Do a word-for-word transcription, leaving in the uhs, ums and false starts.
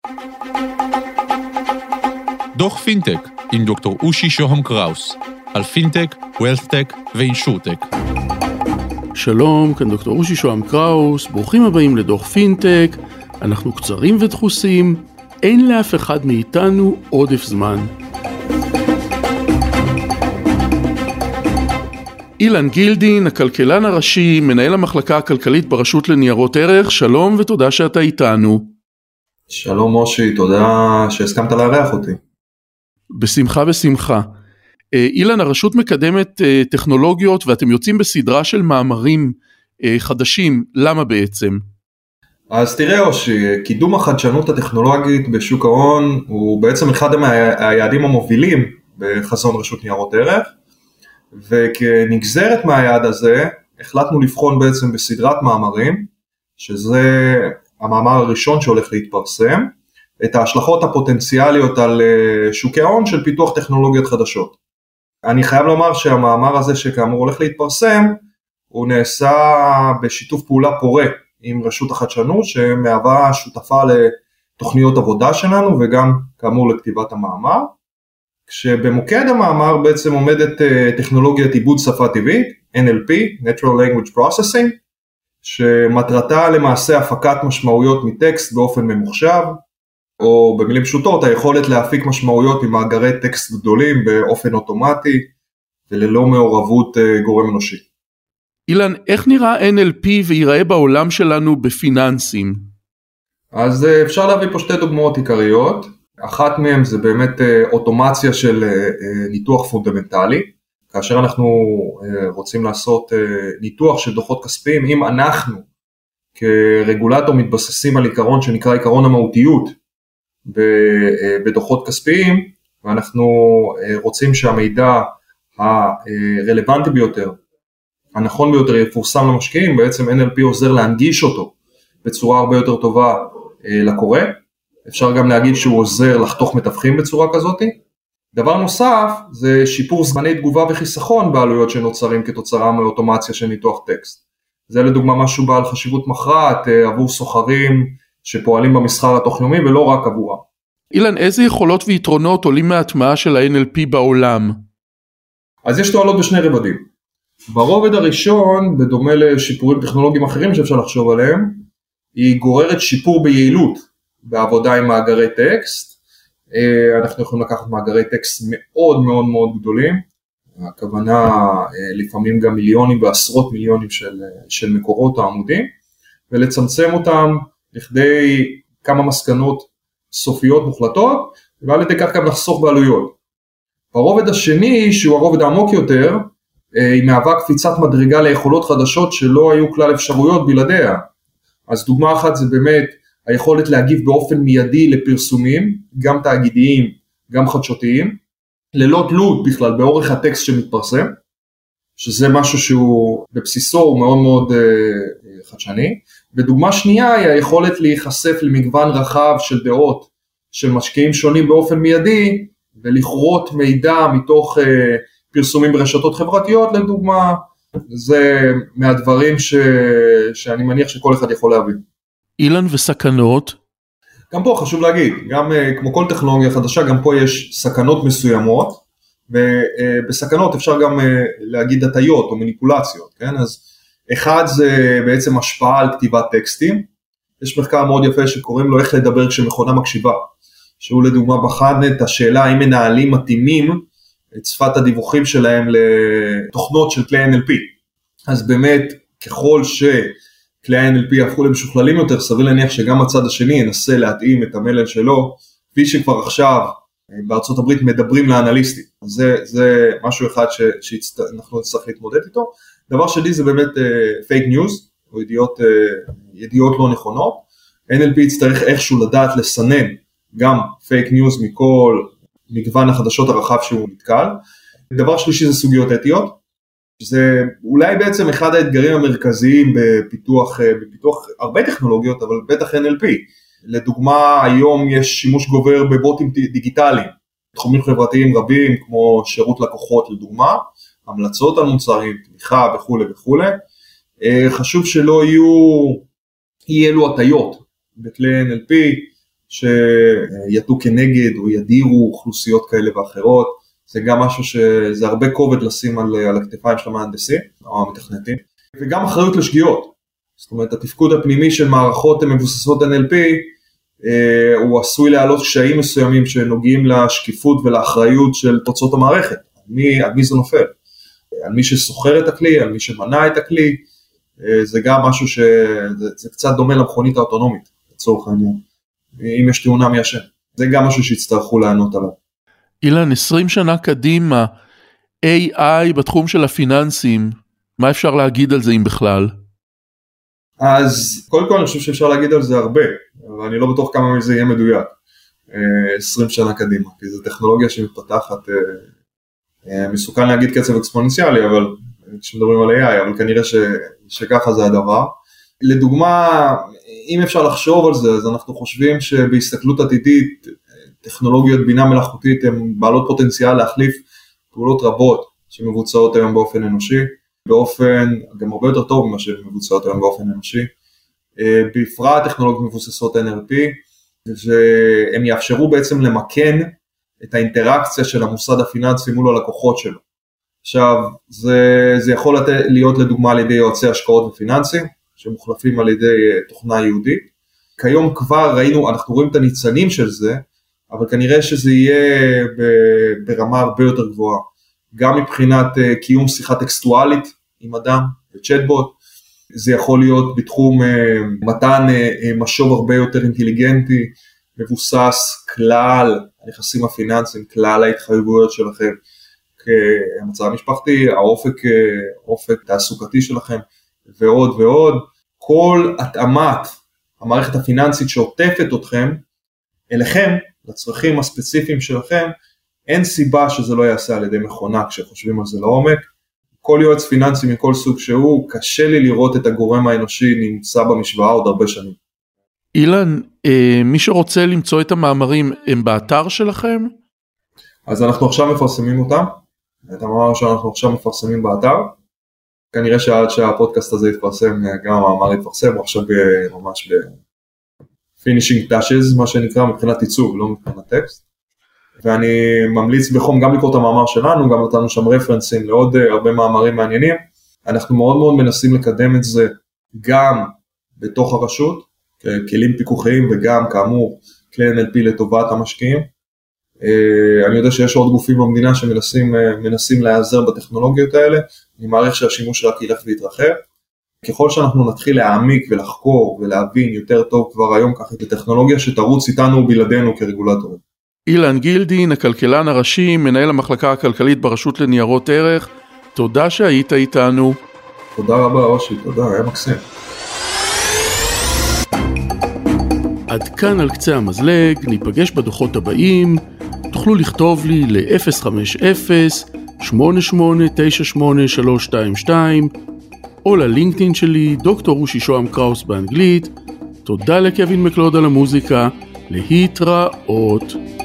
דוח פינטק עם דוקטור אושי שוהם קראוס, על פינטק, ווילת'טק ואינשורטק. שלום, כאן דוקטור אושי שוהם קראוס, ברוכים הבאים לדוח פינטק. אנחנו קצרים ודחוסים, אין לאף אחד מאיתנו עודף זמן. אילן גילדין, הכלכלן הראשי, מנהל המחלקה הכלכלית ברשות לניירות ערך, שלום ותודה שאתה איתנו. שלום אושי, תודה שהסכמת לארח אותי. בשמחה בשמחה. אילן, הרשות מקדמת טכנולוגיות ואתם יוצאים בסדרה של מאמרים חדשים, למה בעצם? אז תראה אושי, קידום החדשנות הטכנולוגית בשוק ההון הוא בעצם אחד מהיעדים המובילים בחזון רשות ניירות ערך, וכנגזרת מהיעד הזה החלטנו לבחון בעצם בסדרת מאמרים, שזה המאמר הראשון שהולך להתפרסם, את ההשלכות הפוטנציאליות על שוקי ההון של פיתוח טכנולוגיות חדשות. אני חייב לומר שהמאמר הזה שכאמור הולך להתפרסם, הוא נעשה בשיתוף פעולה פורה עם רשות החדשנות, שמהווה שותפה לתוכניות עבודה שלנו, וגם כאמור לכתיבת המאמר, כשבמוקד המאמר בעצם עומדת טכנולוגיית עיבוד שפה טבעית, אן אל פי, Natural Language Processing, שמטרתה למעשה הפקת משמעויות מטקסט באופן ממוחשב, או במילים פשוטות, היכולת להפיק משמעויות ממאגרי טקסט גדולים באופן אוטומטי, וללא מעורבות גורם אנושי. אילן, איך נראה אן אל פי ויראה בעולם שלנו בפיננסים? אז אפשר להביא פה שתי דוגמאות עיקריות, אחת מהן זה באמת אוטומציה של ניתוח פונדמנטלי, כאשר אנחנו רוצים לעשות ניתוח של דוחות כספיים, אם אנחנו כרגולטור מתבססים על עיקרון שנקרא עיקרון המהותיות בדוחות כספיים, ואנחנו רוצים שהמידע הרלוונטי ביותר, הנכון ביותר יפורסם למשקיעים, בעצם אן אל פי עוזר להנגיש אותו בצורה הרבה יותר טובה לקורא, אפשר גם להגיד שהוא עוזר לחתוך מתווכים בצורה כזאת. דבר נוסף זה שיפור זמני תגובה וחיסכון בעלויות שנוצרים כתוצאה מאוטומציה של ניתוח טקסט. זה לדוגמה משהו בעל חשיבות מכרעת עבור סוחרים שפועלים במסחר התוך יומי ולא רק עבורם. אילן, איזה יכולות ויתרונות עולים מההטמעה של ה-אן אל פי בעולם? אז יש תועלות בשני רבדים. ברובד הראשון, בדומה לשיפורים טכנולוגיים אחרים שאפשר לחשוב עליהם, היא גוררת שיפור ביעילות בעבודה עם מאגרי טקסט. אנחנו יכולים לקחת מאגרי טקסט מאוד מאוד מאוד גדולים, הכוונה לפעמים גם מיליונים ועשרות מיליונים של, של מקורות העמודים, ולצמצם אותם לכדי כמה מסקנות סופיות מוחלטות, ועל ידי כך גם לחסוך בעלויות. ברובד השני, שהוא הרובד העמוק יותר, היא מהווה קפיצת מדרגה ליכולות חדשות שלא היו כלל אפשרויות בלעדיה. אז דוגמה אחת זה באמת היכולת להגיב באופן מיידי לפרסומים, גם תאגידיים, גם חדשותיים, ללא תלות בכלל באורך הטקסט שמתפרסם, שזה משהו שהוא בבסיסו הוא מאוד מאוד uh, חדשני. ודוגמה שנייה היא היכולת להיחשף למגוון רחב של דעות של משקיעים שונים באופן מיידי, ולכרות מידע מתוך uh, פרסומים ברשתות חברתיות, לדוגמה, זה מהדברים ש... שאני מניח שכל אחד יכול להבין. אילן, וסכנות? גם פה חשוב להגיד, גם כמו כל טכנולוגיה חדשה, גם פה יש סכנות מסוימות, ובסכנות אפשר גם להגיד הטיות או מניפולציות, כן? אז אחד זה בעצם השפעה על כתיבת טקסטים, יש מחקר מאוד יפה שקוראים לו איך לדבר כשמכונה מקשיבה, שהוא לדוגמה בחן את השאלה האם מנהלים מתאימים את שפת הדיווחים שלהם לתוכנות של כלי אן אל פי, אז באמת ככל ש... כלי ה-אן אל פי הפכו למשוכללים יותר, סביר להניח שגם הצד השני ינסה להתאים את המלל שלו, כפי שכבר עכשיו בארצות הברית מדברים לאנליסטים. זה, זה משהו אחד שאנחנו נצטרך להתמודד איתו. דבר שני זה באמת פייק uh, ניוז, או ידיעות, uh, ידיעות לא נכונות. אן אל פי יצטרך איכשהו לדעת לסנן גם פייק ניוז מכל מגוון החדשות הרחב שהוא נתקל. דבר שלישי זה סוגיות אתיות. זה אולי בעצם אחד האתגרים המרכזיים בפיתוח, בפיתוח הרבה טכנולוגיות, אבל בטח אן אל פי. לדוגמה, היום יש שימוש גובר בבוטים דיגיטליים, תחומים חברתיים רבים, כמו שירות לקוחות לדוגמה, המלצות על מוצרים, תמיכה וכו' וכו'. חשוב שלא יהיו אי אלו הטיות בכלי אן אל פי, שידעו כנגד או ידירו אוכלוסיות כאלה ואחרות, זה גם משהו שזה הרבה כובד לשים על, על הכתפיים של המהנדסים או המתכנתים, וגם אחריות לשגיאות, זאת אומרת התפקוד הפנימי של מערכות מבוססות אן אל פי, אה, הוא עשוי להעלות קשיים מסוימים שנוגעים לשקיפות ולאחריות של תוצאות המערכת, על מי, על מי זה נופל, על מי שסוחר את הכלי, על מי שמנע את הכלי, אה, זה גם משהו שזה זה קצת דומה למכונית האוטונומית, לצורך העניין, אם יש תאונה מי אשם, זה גם משהו שיצטרכו לענות עליו. אילן, עשרים שנה קדימה, איי איי בתחום של הפיננסים, מה אפשר להגיד על זה אם בכלל? אז קודם כל אני חושב שאפשר להגיד על זה הרבה, אבל אני לא בטוח כמה מזה יהיה מדויק, עשרים שנה קדימה, כי זו טכנולוגיה שמתפתחת, מסוכן להגיד קצב אקספוננציאלי, אבל כשמדברים על איי איי, אבל כנראה ש, שככה זה הדבר. לדוגמה, אם אפשר לחשוב על זה, אז אנחנו חושבים שבהסתכלות עתידית, טכנולוגיות בינה מלאכותית הן בעלות פוטנציאל להחליף פעולות רבות שמבוצעות היום באופן אנושי, באופן גם הרבה יותר טוב ממה שמבוצעות היום באופן אנושי, בפרט טכנולוגיות מבוססות אן אל פי, והן יאפשרו בעצם למקן את האינטראקציה של המוסד הפיננסי מול הלקוחות שלו. עכשיו, זה, זה יכול להיות לדוגמה על ידי יועצי השקעות ופיננסים, שמוחלפים על ידי תוכנה יהודית. כיום כבר ראינו, אנחנו רואים את הניצנים של זה, אבל כנראה שזה יהיה ברמה הרבה יותר גבוהה, גם מבחינת קיום שיחה טקסטואלית עם אדם, בצ'טבוט, זה יכול להיות בתחום מתן משוב הרבה יותר אינטליגנטי, מבוסס כלל הנכסים הפיננסיים, כלל ההתחייבויות שלכם, כמצב המשפחתי, האופק, האופק תעסוקתי שלכם, ועוד ועוד, כל התאמת המערכת הפיננסית שעוטפת אתכם, אליכם, לצרכים הספציפיים שלכם, אין סיבה שזה לא יעשה על ידי מכונה כשחושבים על זה לעומק. כל יועץ פיננסי מכל סוג שהוא, קשה לי לראות את הגורם האנושי נמצא במשוואה עוד הרבה שנים. אילן, מי שרוצה למצוא את המאמרים, הם באתר שלכם? אז אנחנו עכשיו מפרסמים אותם, את המאמר שאנחנו עכשיו מפרסמים באתר, כנראה שעד שהפודקאסט הזה יתפרסם, גם המאמר יתפרסם, הוא עכשיו ממש ב... finishing touches, מה שנקרא, מבחינת עיצוב, לא מבחינת טקסט, ואני ממליץ בחום גם לקרוא את המאמר שלנו, גם נתנו שם רפרנסים לעוד הרבה מאמרים מעניינים, אנחנו מאוד מאוד מנסים לקדם את זה גם בתוך הרשות, כלים פיקוחיים וגם כאמור כלי אן אל פי לטובת המשקיעים, אני יודע שיש עוד גופים במדינה שמנסים מנסים להיעזר בטכנולוגיות האלה, אני מעריך שהשימוש רק ילך ויתרחב, ככל שאנחנו נתחיל להעמיק ולחקור ולהבין יותר טוב כבר היום ככה את הטכנולוגיה שתרוץ איתנו בלעדינו כרגולטורים. אילן גילדין, הכלכלן הראשי, מנהל המחלקה הכלכלית ברשות לניירות ערך, תודה שהיית איתנו. תודה רבה אושי, תודה, היה מקסים. עד כאן על קצה המזלג, ניפגש בדוחות הבאים, תוכלו לכתוב לי ל-אפס חמש אפס שמונה שמונה תשע שמונה שלוש שתיים שתיים, או ללינקדאין שלי, דוקטור אושי שוהם קראוס באנגלית. תודה לקווין מקלוד על המוזיקה, להתראות.